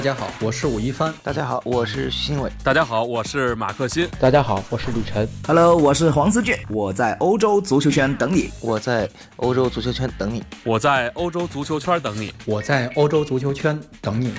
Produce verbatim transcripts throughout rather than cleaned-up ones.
大家好，我是武一帆。 大家好，我是徐新伟。 大家好，我是马克新。 大家好，我是李晨。 Hello， 我是黄思俊。我在欧洲足球圈等你。 我在欧洲足球圈等你。 我在欧洲足球圈等你。 我在欧洲足球圈等你。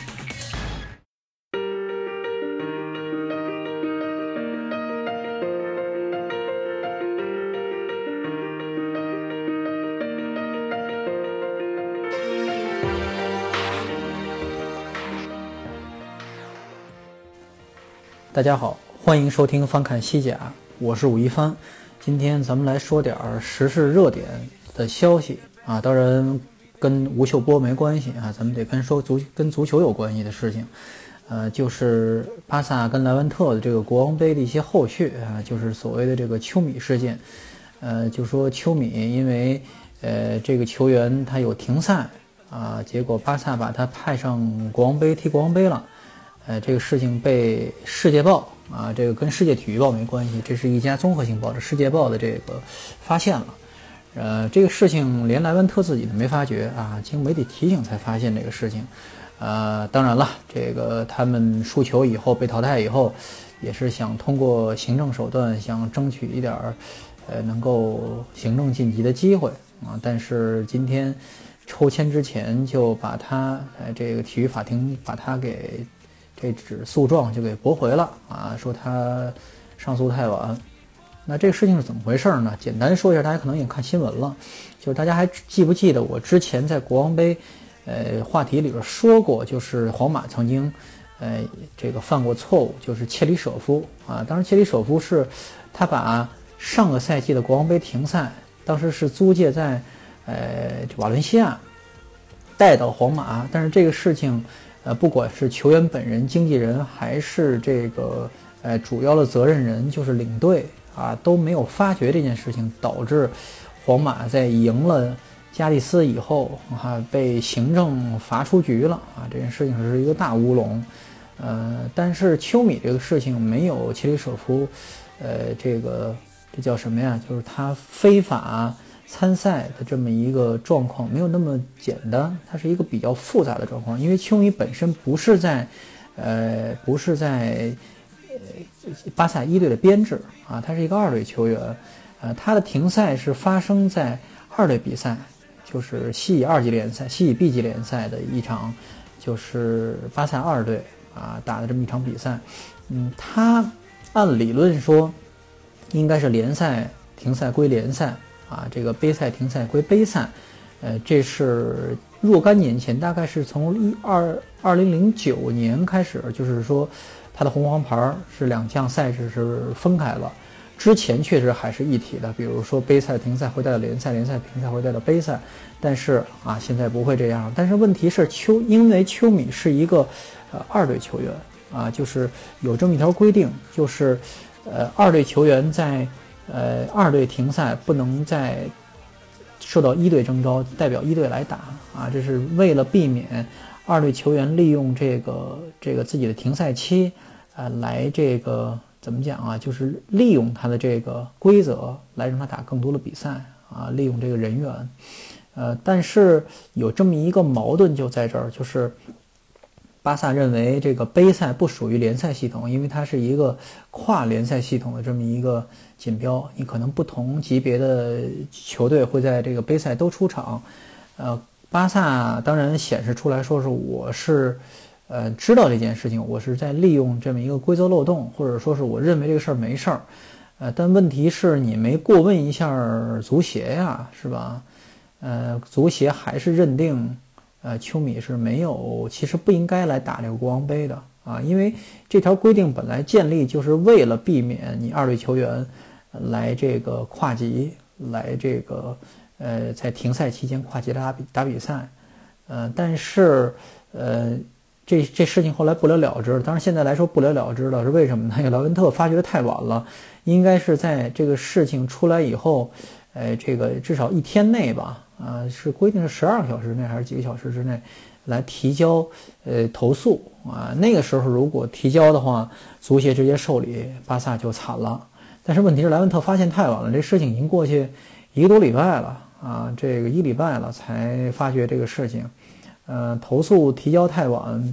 大家好，欢迎收听翻看西甲，我是武一帆。今天咱们来说点时事热点的消息啊，当然跟吴秀波没关系啊，咱们得跟说足跟足球有关系的事情，呃，就是巴萨跟莱万特的这个国王杯的一些后续啊，就是所谓的这个丘米事件，呃，就说丘米因为呃这个球员他有停赛啊，结果巴萨把他派上国王杯踢国王杯了。呃，这个事情被《世界报》啊，这个跟《世界体育报》没关系，这是一家综合性报纸，《世界报》的这个发现了。呃，这个事情连莱万特自己都没发觉啊，经媒体提醒才发现这个事情。呃，当然了，这个他们输球以后被淘汰以后，也是想通过行政手段想争取一点儿，呃，能够行政晋级的机会啊。但是今天抽签之前就把他，呃，这个体育法庭把他给。这纸诉状就给驳回了啊，说他上诉太晚。那这个事情是怎么回事呢？简单说一下，大家可能也看新闻了，就是大家还记不记得我之前在国王杯呃话题里边说过，就是皇马曾经呃这个犯过错误，就是切里舍夫啊。当时切里舍夫是他把上个赛季的国王杯停赛，当时是租借在呃瓦伦西亚带到皇马，但是这个事情。呃，不管是球员本人、经纪人，还是这个呃主要的责任人，就是领队啊，都没有发觉这件事情，导致皇马在赢了加利斯以后啊，被行政罚出局了啊。这件事情是一个大乌龙。呃，但是丘米这个事情没有切里舍夫，呃，这个这叫什么呀？就是他非法参赛的这么一个状况没有那么简单，它是一个比较复杂的状况。因为丘米本身不是在，呃，不是在，呃，巴萨一队的编制啊，他是一个二队球员，呃，他的停赛是发生在二队比赛，就是西乙二级联赛、西乙 B 级联赛的一场，就是巴萨二队啊打的这么一场比赛。嗯，他按理论说应该是联赛停赛归联赛。啊，这个杯赛停赛归杯赛，呃，这是若干年前，大概是从一二二零零九年开始，就是说他的红黄牌是两项赛事是分开了。之前确实还是一体的，比如说杯赛停赛会带到联赛，联赛停赛会带到杯赛，但是啊，现在不会这样。但是问题是丘，因为丘米是一个呃二队球员啊，就是有这么一条规定，就是呃二队球员在。呃，二队停赛不能再受到一队征召，代表一队来打啊，这是为了避免二队球员利用这个这个自己的停赛期，呃，来这个怎么讲啊？就是利用他的这个规则来让他打更多的比赛啊，利用这个人员，呃，但是有这么一个矛盾就在这儿，就是巴萨认为这个杯赛不属于联赛系统，因为它是一个跨联赛系统的这么一个锦标，你可能不同级别的球队会在这个杯赛都出场。呃，巴萨当然显示出来说是我是呃知道这件事情，我是在利用这么一个规则漏洞，或者说是我认为这个事儿没事儿。呃，但问题是你没过问一下足协呀，是吧？呃，足协还是认定。呃，丘米是没有，其实不应该来打这个国王杯的啊，因为这条规定本来建立就是为了避免你二队球员来这个跨级，来这个呃在停赛期间跨级打比打比赛，呃，但是呃这这事情后来不了了之，当然现在来说不了了之了，是为什么呢？因为劳文特发觉的太晚了，应该是在这个事情出来以后，呃，这个至少一天内吧。啊，是规定是十二个小时内还是几个小时之内来提交呃投诉啊？那个时候如果提交的话，足协直接受理，巴萨就惨了。但是问题是莱文特发现太晚了，这事情已经过去一个多礼拜了啊，这个一礼拜了才发觉这个事情，呃，投诉提交太晚，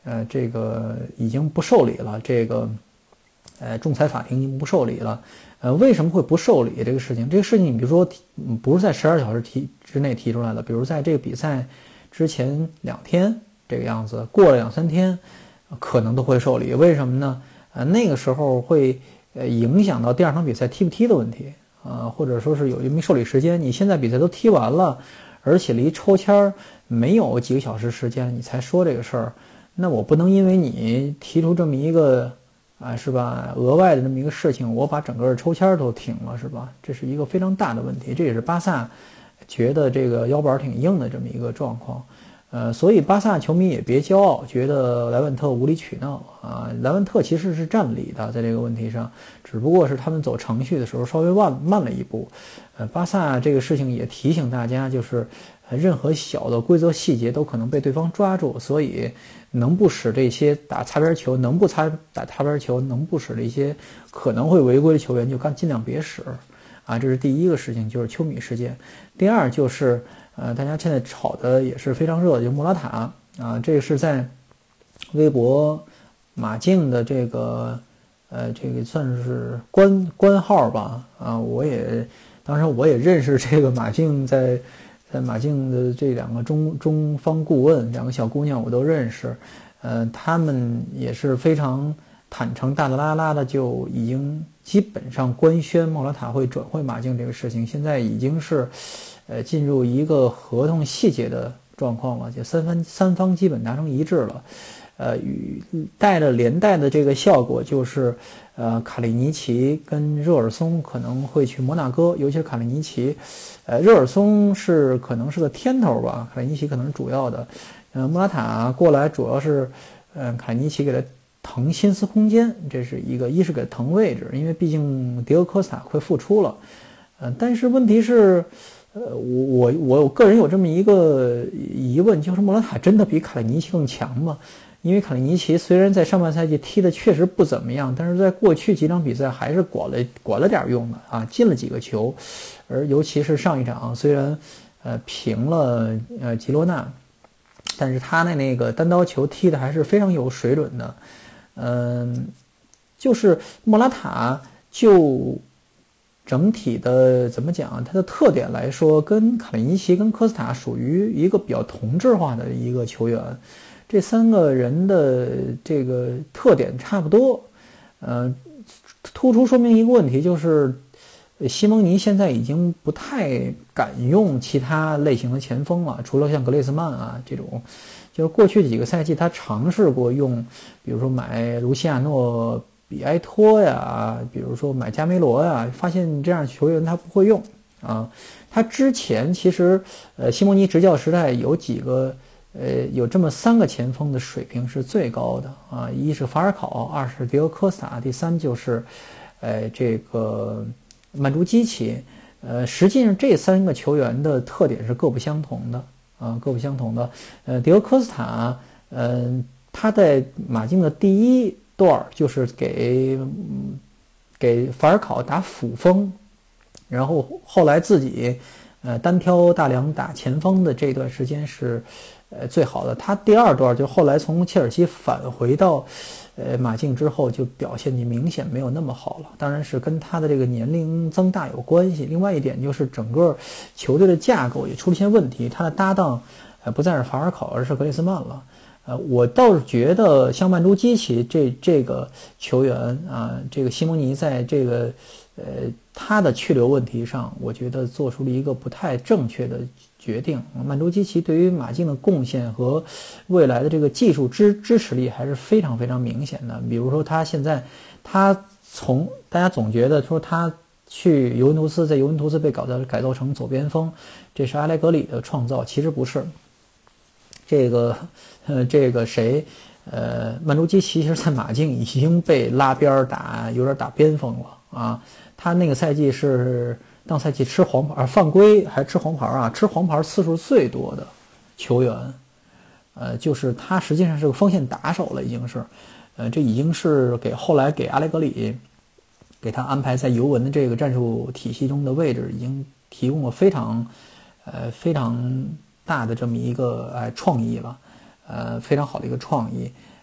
呃，这个已经不受理了，这个呃仲裁法庭已经不受理了。呃，为什么会不受理这个事情？这个事情，你比如说提，不是在十二小时提之内提出来的，比如在这个比赛之前两天这个样子，过了两三天，可能都会受理。为什么呢？呃，那个时候会呃影响到第二场比赛踢不踢的问题啊、呃，或者说是有没受理时间。你现在比赛都踢完了，而且离抽签没有几个小时时间，你才说这个事儿，那我不能因为你提出这么一个。啊，是吧？额外的这么一个事情，我把整个抽签都停了，是吧？这是一个非常大的问题，这也是巴萨觉得这个腰板挺硬的这么一个状况。呃，所以巴萨球迷也别骄傲，觉得莱万特无理取闹啊。莱万特其实是占理的，在这个问题上，只不过是他们走程序的时候稍微慢慢了一步。呃，巴萨这个事情也提醒大家，就是任何小的规则细节都可能被对方抓住，所以能不使这些打擦边球，能不擦打擦边球，能不使这些可能会违规的球员就干尽量别使啊。这是第一个事情，就是丘米事件。第二就是呃，大家现在炒的也是非常热的，就是莫拉塔啊，这个是在微博马竞的这个呃这个算是官官号吧啊，我也当时我也认识这个马竞在。在马竞的这两个中中方顾问，两个小姑娘我都认识，呃，他们也是非常坦诚，大大拉拉的就已经基本上官宣莫拉塔会转会马竞这个事情，现在已经是，呃，进入一个合同细节的状况了，就三方三方基本达成一致了，呃，与带着连带的这个效果就是，呃，卡利尼奇跟热尔松可能会去摩纳哥，尤其是卡利尼奇。呃，热尔松是可能是个天头吧，卡里尼奇可能是主要的。呃，莫拉塔过来主要是，呃，卡里尼奇给他腾薪资空间，这是一个，一是给他腾位置，因为毕竟迪欧科斯塔快复出了。呃，但是问题是，呃，我我我个人有这么一个疑问，就是莫拉塔真的比卡里尼奇更强吗？因为卡里尼奇虽然在上半赛季踢的确实不怎么样，但是在过去几场比赛还是管了管了点用的啊，进了几个球。而尤其是上一场，虽然呃平了呃吉罗纳，但是他的那个单刀球踢的还是非常有水准的。嗯、呃，就是莫拉塔就整体的怎么讲，它的特点来说，跟卡里尼奇跟科斯塔属于一个比较同质化的一个球员。这三个人的这个特点差不多，呃，突出说明一个问题，就是西蒙尼现在已经不太敢用其他类型的前锋了，除了像格列兹曼啊这种，就是过去几个赛季他尝试过用，比如说买卢西亚诺比埃托呀，比如说买加梅罗呀，发现这样球员他不会用啊。他之前其实呃西蒙尼执教时代有几个。呃，有这么三个前锋的水平是最高的啊，一是法尔考，二是迪欧科斯塔，第三就是，呃，这个曼朱基奇。呃，实际上这三个球员的特点是各不相同的啊，各不相同的。呃，迪欧科斯塔，嗯、呃，他在马竞的第一段就是给、嗯、给法尔考打辅锋，然后后来自己呃单挑大梁打前锋的这段时间是。呃，最好的，他第二段就后来从切尔西返回到，呃，马竞之后就表现就明显没有那么好了。当然是跟他的这个年龄增大有关系。另外一点就是整个球队的架构也出了些问题，他的搭档，呃，不再是法尔考，而是格列兹曼了。呃，我倒是觉得像曼朱基奇这这个球员啊，这个西蒙尼在这个呃他的去留问题上，我觉得做出了一个不太正确的决定。曼朱基奇对于马竞的贡献和未来的这个技术支支持力还是非常非常明显的。比如说他现在，他从大家总觉得说他去尤文图斯，在尤文图斯被搞到改造成左边锋，这是阿莱格里的创造，其实不是。这个呃，这个谁，呃，曼朱基奇其实在马竞已经被拉边打，有点打边锋了啊。他那个赛季是当赛季吃黄牌，犯规还吃黄牌啊，吃黄牌次数最多的球员，呃，就是他实际上是个锋线打手了，已经是，呃，这已经是给后来给阿莱格里给他安排在尤文的这个战术体系中的位置，已经提供了非常，呃，非常。大的这么一个呃创意了，呃非常好的一个创意，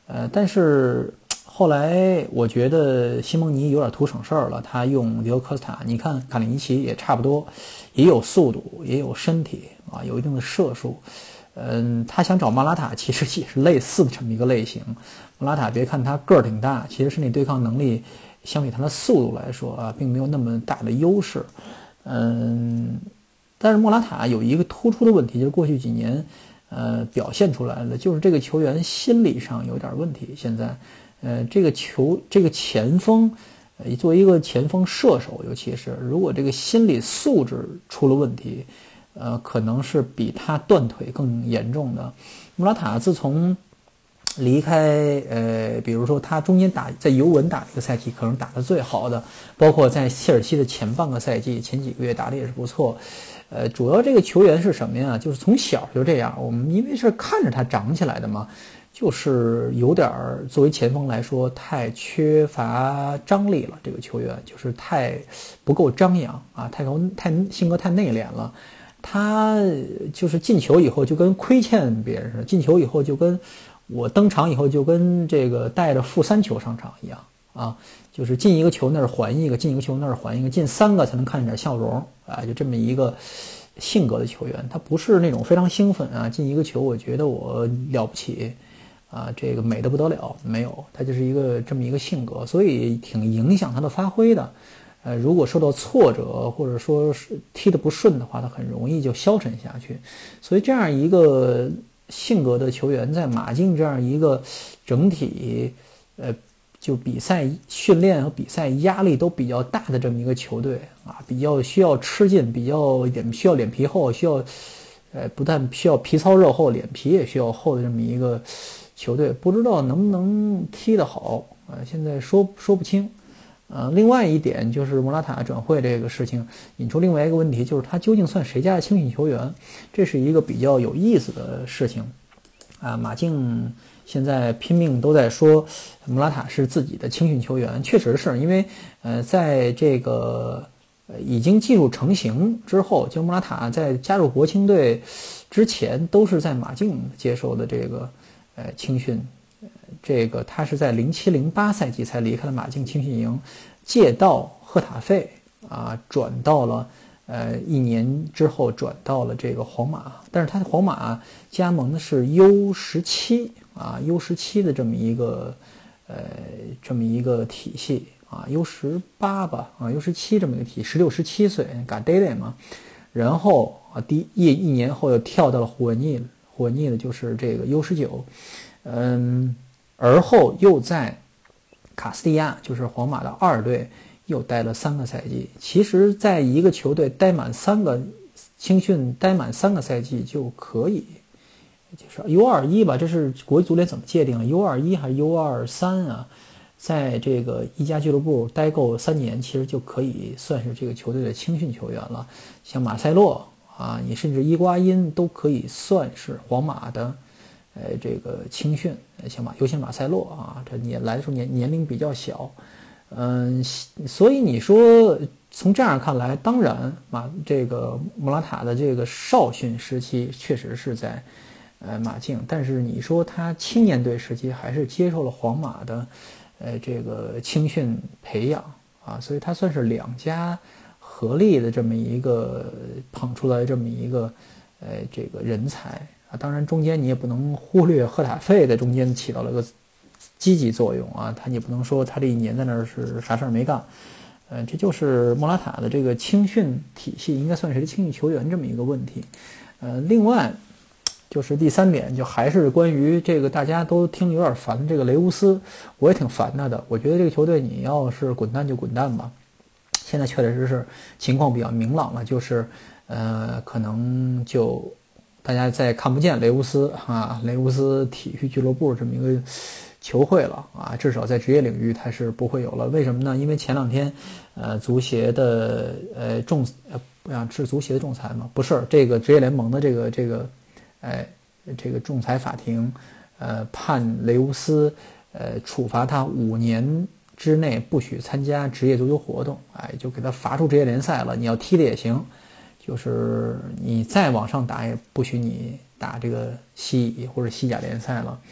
呃，但是后来我觉得西蒙尼有点图省事儿了，他用迪欧科斯塔，你看卡里尼奇也差不多，也有速度，也有身体啊，有一定的射术。嗯，他想找莫拉塔，其实也是类似的这么一个类型。莫拉塔别看他个儿挺大，其实身体对抗能力相比他的速度来说啊，并没有那么大的优势。嗯，但是莫拉塔有一个突出的问题，就是过去几年呃表现出来了，就是这个球员心理上有点问题。现在呃这个球这个前锋呃作为一个前锋射手，尤其是如果这个心理素质出了问题，呃可能是比他断腿更严重的。莫拉塔自从离开呃比如说他中间打在尤文打这个赛季可能打得最好的，包括在切尔西的前半个赛季前几个月打得也是不错。呃主要这个球员是什么呀，就是从小就这样，我们因为是看着他长起来的嘛，就是有点作为前锋来说太缺乏张力了，这个球员就是太不够张扬啊，太太性格太内敛了。他就是进球以后就跟亏欠别人似的，进球以后就跟我登场以后就跟这个带着负三球上场一样啊，就是进一个球那儿还一个，进一个球那儿还一个，进三个才能看见点笑容啊，就这么一个性格的球员。他不是那种非常兴奋啊，进一个球我觉得我了不起啊，这个美得不得了，没有，他就是一个这么一个性格，所以挺影响他的发挥的。呃，如果受到挫折或者说是踢得不顺的话，他很容易就消沉下去。所以这样一个性格的球员，在马竞这样一个整体呃就比赛训练和比赛压力都比较大的这么一个球队啊，比较需要吃劲，比较脸需要脸皮厚，需要呃不但需要皮糙肉厚，脸皮也需要厚的这么一个球队，不知道能不能踢得好啊、呃，现在说说不清。呃，另外一点就是莫拉塔转会这个事情引出另外一个问题，就是他究竟算谁家的青训球员？这是一个比较有意思的事情啊。马竞现在拼命都在说莫拉塔是自己的青训球员，确实是因为呃，在这个呃已经技术成型之后，就莫拉塔在加入国青队之前都是在马竞接受的这个呃青训。这个他是在零七零八赛季才离开了马竞青训营，借到赫塔费啊，转到了呃一年之后转到了这个皇马，但是他皇马加盟的是 U 十七 啊 U 十七 的这么一个呃这么一个体系啊 U 十八 吧啊 U 十七 这么一个体，十六十七岁赶 daily 嘛，然后啊第一一年后又跳到了胡文尼，胡文尼的就是这个 U 十九，嗯。而后又在卡斯蒂亚，就是皇马的二队，又待了三个赛季。其实，在一个球队待满三个青训，待满三个赛季就可以，就是 U 二十一 吧，这是国际足联怎么界定的 ？U 二十一 还是 U 二十三 啊？在这个一家俱乐部待够三年，其实就可以算是这个球队的青训球员了。像马塞洛啊，你甚至伊瓜因都可以算是皇马的。呃，这个青训，像马，尤其马塞洛啊，这年来的时候年年龄比较小，嗯，所以你说从这样看来，当然马这个莫拉塔的这个少训时期确实是在呃马竞，但是你说他青年队时期还是接受了皇马的呃这个青训培养啊，所以他算是两家合力的这么一个捧出来这么一个呃这个人才。啊，当然中间你也不能忽略赫塔费在中间起到了个积极作用啊，他也不能说他这一年在那儿是啥事儿没干，呃，这就是莫拉塔的这个青训体系应该算是青训球员这么一个问题。呃，另外就是第三点，就还是关于这个大家都听着有点烦这个雷乌斯，我也挺烦他的。我觉得这个球队你要是滚蛋就滚蛋吧，现在确实是情况比较明朗了，就是呃，可能就。大家再看不见雷乌斯啊，雷乌斯体育俱乐部这么一个球会了啊，至少在职业领域它是不会有了。为什么呢？因为前两天，呃，足协的呃仲呃不想是足协的仲裁吗？不是，这个职业联盟的这个这个，哎、呃，这个仲裁法庭，呃，判雷乌斯呃处罚他五年之内不许参加职业足球活动，哎，就给他罚出职业联赛了。你要踢的也行。就是你再往上打也不许你打这个西乙或者西甲联赛了，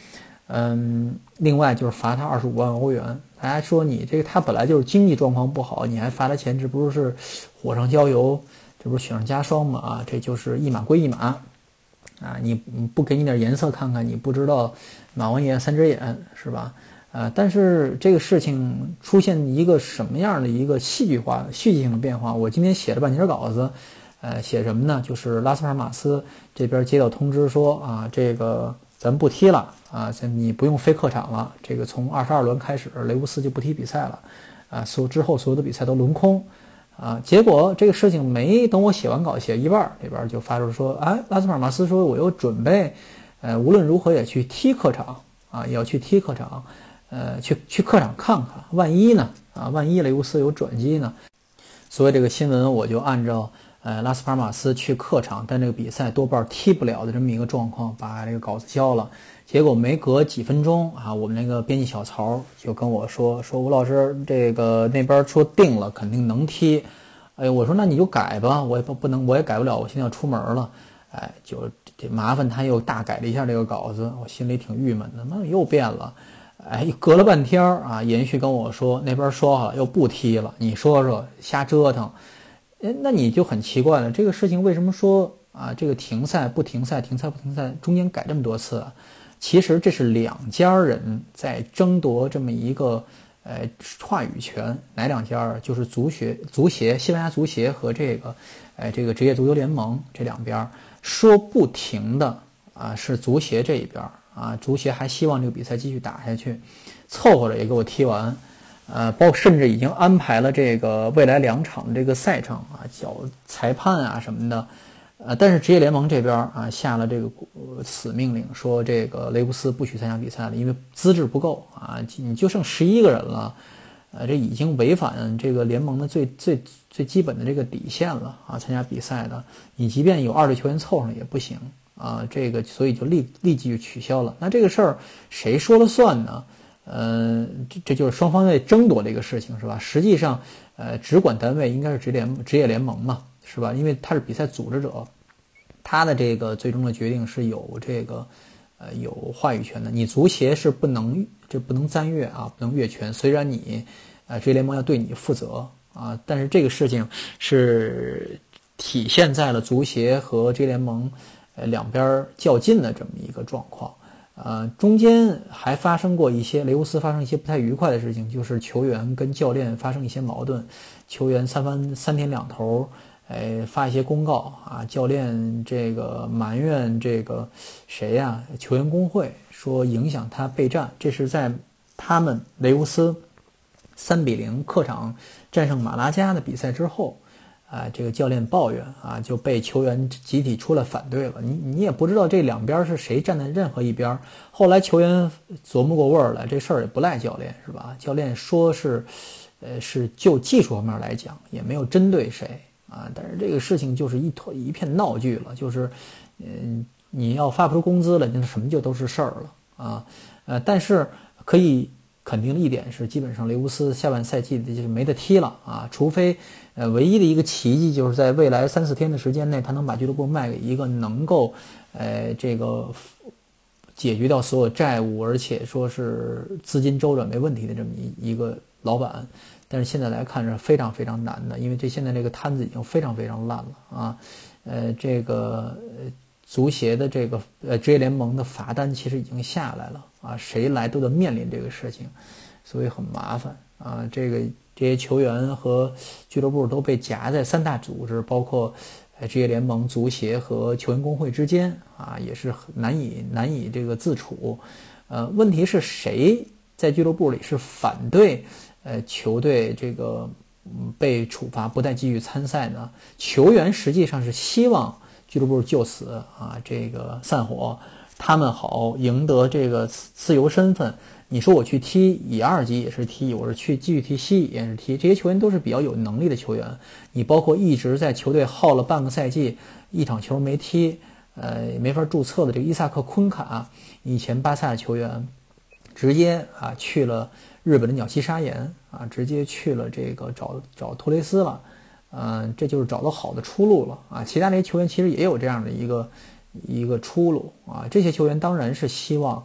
嗯，另外就是罚他二十五万欧元。大家说你这个他本来就是经济状况不好，你还罚他钱，这不是火上浇油，这不是雪上加霜吗？啊，这就是一码归一码啊！你不给你点颜色看看，你不知道马王爷三只眼是吧？呃，但是这个事情出现一个什么样的一个戏剧化、戏剧性的变化？我今天写了半截稿子，呃，写什么呢？就是拉斯帕尔马斯这边接到通知说啊，这个咱们不踢了啊，你不用飞客场了。这个从二十二轮开始，雷乌斯就不踢比赛了，啊，所之后所有的比赛都轮空，啊，结果这个事情没等我写完稿，写一半，这边就发出说，哎，拉斯帕尔马斯说我又准备，呃，无论如何也去踢客场啊，也要去踢客场，呃，去去客场看看，万一呢？啊，万一雷乌斯有转机呢？所以这个新闻我就按照。呃，拉斯帕尔马斯去客场，但这个比赛多半踢不了的这么一个状况，把这个稿子交了。结果没隔几分钟啊，我们那个编辑小曹就跟我说说吴老师，这个那边说定了，肯定能踢。哎，我说那你就改吧，我也不不能，我也改不了，我现在要出门了。哎，就这麻烦他又大改了一下这个稿子，我心里挺郁闷的，那又变了。哎，隔了半天啊，延续跟我说那边说好了又不踢了，你说说瞎折腾。哎，那你就很奇怪了，这个事情为什么说啊，这个停赛不停赛，停赛不停赛，中间改这么多次啊？其实这是两家人在争夺这么一个呃话语权，哪两家？就是足协、足协、西班牙足协和这个呃这个职业足球联盟这两边说不停的啊，是足协这一边啊，足协还希望这个比赛继续打下去，凑合着也给我踢完。呃，包括甚至已经安排了这个未来两场这个赛程啊，叫裁判啊什么的，呃，但是职业联盟这边啊下了这个死命令，说这个雷乌斯不许参加比赛了，因为资质不够啊，你就剩十一个人了，呃，这已经违反这个联盟的最最最基本的这个底线了啊，参加比赛的，你即便有二队球员凑上也不行啊，这个所以就立立即就取消了。那这个事儿谁说了算呢？呃，这这就是双方在争夺这个事情，是吧？实际上，呃，直管单位应该是职联职业联盟嘛，是吧？因为他是比赛组织者，他的这个最终的决定是有这个，呃，有话语权的。你足协是不能这不能占越啊，不能越权。虽然你，呃，职业联盟要对你负责啊，但是这个事情是体现在了足协和职业联盟，呃，两边较劲的这么一个状况。呃，中间还发生过一些雷乌斯发生一些不太愉快的事情，就是球员跟教练发生一些矛盾，球员三番三天两头，哎，发一些公告啊，教练这个埋怨这个谁呀、啊，球员工会说影响他备战，这是在他们雷乌斯三比零客场战胜马拉加的比赛之后。啊，这个教练抱怨啊，就被球员集体出来反对了。你你也不知道这两边是谁站在任何一边。后来球员琢磨过味儿来，这事儿也不赖教练，是吧？教练说是，呃，是就技术方面来讲，也没有针对谁啊。但是这个事情就是一坨一片闹剧了，就是，嗯、呃，你要发不出工资了，那什么就都是事儿了啊。呃，但是可以肯定的一点是，基本上雷乌斯下半赛季就是没得踢了啊，除非。呃，唯一的一个奇迹就是在未来三四天的时间内，他能把俱乐部卖给一个能够，呃，这个解决掉所有债务，而且说是资金周转没问题的这么一一个老板。但是现在来看是非常非常难的，因为这现在这个摊子已经非常非常烂了啊。呃，这个足协的这个呃职业联盟的罚单其实已经下来了啊，谁来都得面临这个事情，所以很麻烦啊。这个。这些球员和俱乐部都被夹在三大组织，包括职业联盟、足协和球员工会之间啊，也是难以难以这个自处。呃，问题是谁在俱乐部里是反对呃球队这个、嗯、被处罚不再继续参赛呢？球员实际上是希望俱乐部就此啊这个散伙，他们好赢得这个自由身份。你说我去踢乙二级也是踢，我是去继续踢西乙也是踢，这些球员都是比较有能力的球员。你包括一直在球队耗了半个赛季，一场球没踢，呃，没法注册的这个伊萨克昆卡，以前巴萨的球员，直接啊去了日本的鸟栖砂岩啊，直接去了这个找找托雷斯了，嗯、呃，这就是找到好的出路了啊。其他那些球员其实也有这样的一个一个出路啊。这些球员当然是希望。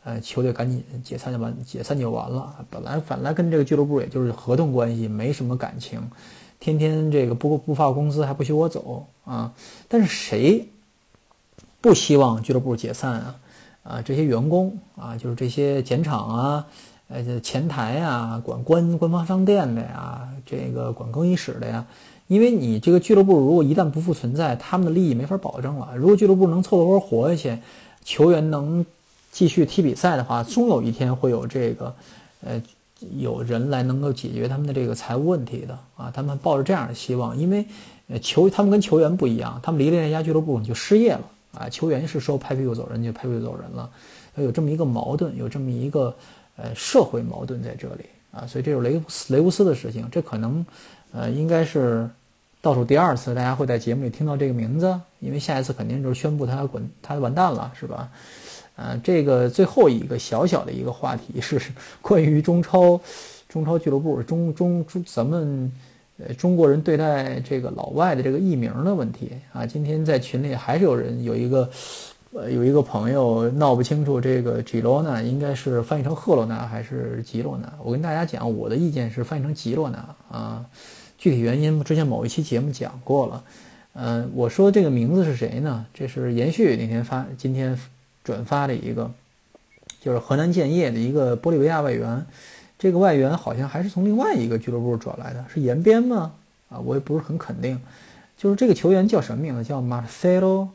呃，球队赶紧解散就完，解散就完了。本来本来跟这个俱乐部也就是合同关系，没什么感情，天天这个不不发工资还不许我走啊。但是谁不希望俱乐部解散啊？啊，这些员工啊，就是这些检场啊，呃，前台啊，管官官方商店的呀，这个管更衣室的呀。因为你这个俱乐部如果一旦不复存在，他们的利益没法保证了。如果俱乐部能凑合活下去，球员能继续踢比赛的话，终有一天会有这个，呃，有人来能够解决他们的这个财务问题的啊。他们抱着这样的希望，因为呃球他们跟球员不一样，他们离了那家俱乐部你就失业了啊。球员是说拍屁股走人就拍屁股走人了，有这么一个矛盾，有这么一个呃社会矛盾在这里啊。所以这是雷雷乌斯的事情，这可能。呃，应该是倒数第二次，大家会在节目里听到这个名字，因为下一次肯定就是宣布他滚，他完蛋了，是吧？呃，这个最后一个小小的一个话题是关于中超，中超俱乐部中中中咱们呃中国人对待这个老外的这个译名的问题啊。今天在群里还是有人有一个呃有一个朋友闹不清楚这个吉罗纳应该是翻译成赫罗纳还是吉罗纳。我跟大家讲，我的意见是翻译成吉罗纳啊。具体原因之前某一期节目讲过了，嗯、呃，我说这个名字是谁呢？这是延续那天发今天转发的一个，就是河南建业的一个玻利维亚外援，这个外援好像还是从另外一个俱乐部转来的，是延边吗？啊，我也不是很肯定。就是这个球员叫什么名字？叫 Marcelo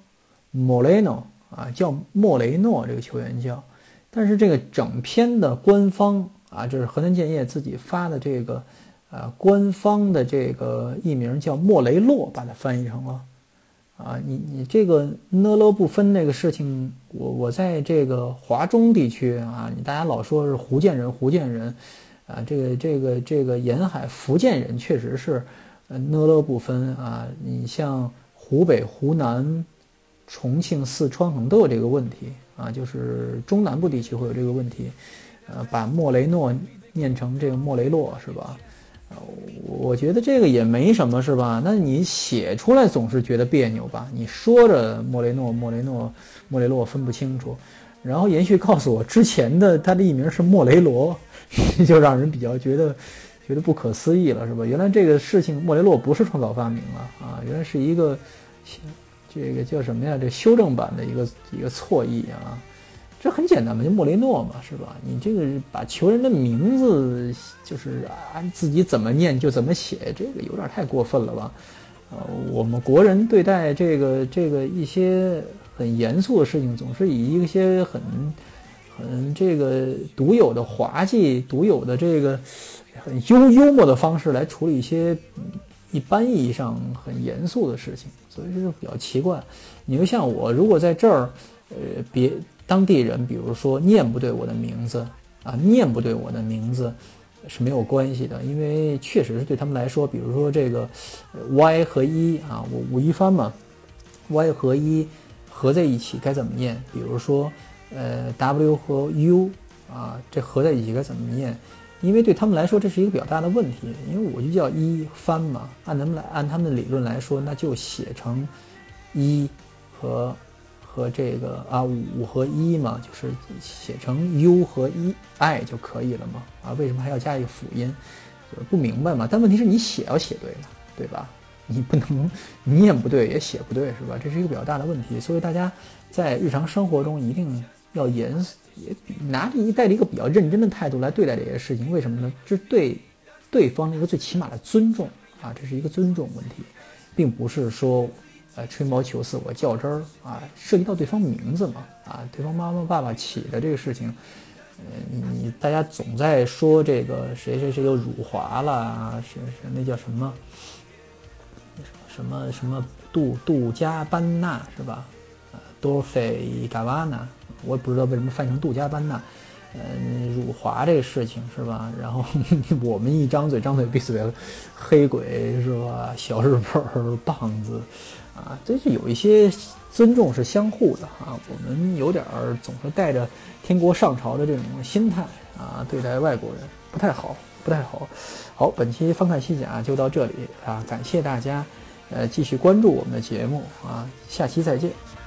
Moreno 啊，叫莫雷诺这个球员叫，但是这个整篇的官方啊，这是河南建业自己发的这个。呃，官方的这个译名叫莫雷洛，把它翻译成了，啊，你你这个呢勒不分这个事情，我我在这个华中地区啊，你大家老说是福建人，福建人，啊，这个这个这个沿海福建人确实是，呃，呢勒不分啊，你像湖北、湖南、重庆、四川可能都有这个问题啊，就是中南部地区会有这个问题，呃，把莫雷诺念成这个莫雷洛是吧？我觉得这个也没什么是吧？那你写出来总是觉得别扭吧？你说着莫雷诺、莫雷诺、莫雷洛分不清楚，然后延续告诉我之前的他的艺名是莫雷罗，就让人比较觉得觉得不可思议了是吧？原来这个事情莫雷洛不是创造发明了啊，原来是一个这个叫什么呀？这修正版的一个一个错译啊。这很简单嘛，就莫雷诺嘛，是吧？你这个把球员的名字就是按自己怎么念就怎么写，这个有点太过分了吧？呃，我们国人对待这个这个一些很严肃的事情，总是以一些很很这个独有的滑稽、独有的这个很幽幽默的方式来处理一些一般意义上很严肃的事情，所以这就比较奇怪。你就像我，如果在这儿，呃，别。当地人比如说念不对我的名字啊，念不对我的名字是没有关系的，因为确实是对他们来说，比如说这个 Y 和一啊，我吴一帆嘛 ，Y 和一合在一起该怎么念？比如说呃 W 和 U 啊，这合在一起该怎么念？因为对他们来说这是一个比较大的问题，因为我就叫一帆嘛，按他们来按他们的理论来说，那就写成一和。和这个啊五和一嘛，就是写成 U 和一 I 就可以了嘛啊，为什么还要加一个辅音？就是不明白嘛。但问题是你写要写对了，对吧？你不能念不对也写不对，是吧？这是一个比较大的问题，所以大家在日常生活中一定要严也拿着一带着一个比较认真的态度来对待这些事情。为什么呢？这是对对方的一个最起码的尊重啊，这是一个尊重问题，并不是说。呃，吹毛求疵，我较真儿啊，涉及到对方名字嘛，啊，对方妈妈爸爸起的这个事情，呃，你你大家总在说这个谁谁谁又辱华了，是是那叫什么什么什么杜杜加班纳是吧？呃，多菲嘎瓦纳，我也不知道为什么翻译成杜加班纳，呃，辱华这个事情是吧？然后我们一张嘴张嘴闭嘴，黑鬼是吧？小日本棒子。啊，这是有一些尊重是相互的啊，我们有点儿总是带着天国上朝的这种心态啊，对待外国人不太好，不太好。好，本期翻看西甲就到这里啊，感谢大家，呃，继续关注我们的节目啊，下期再见。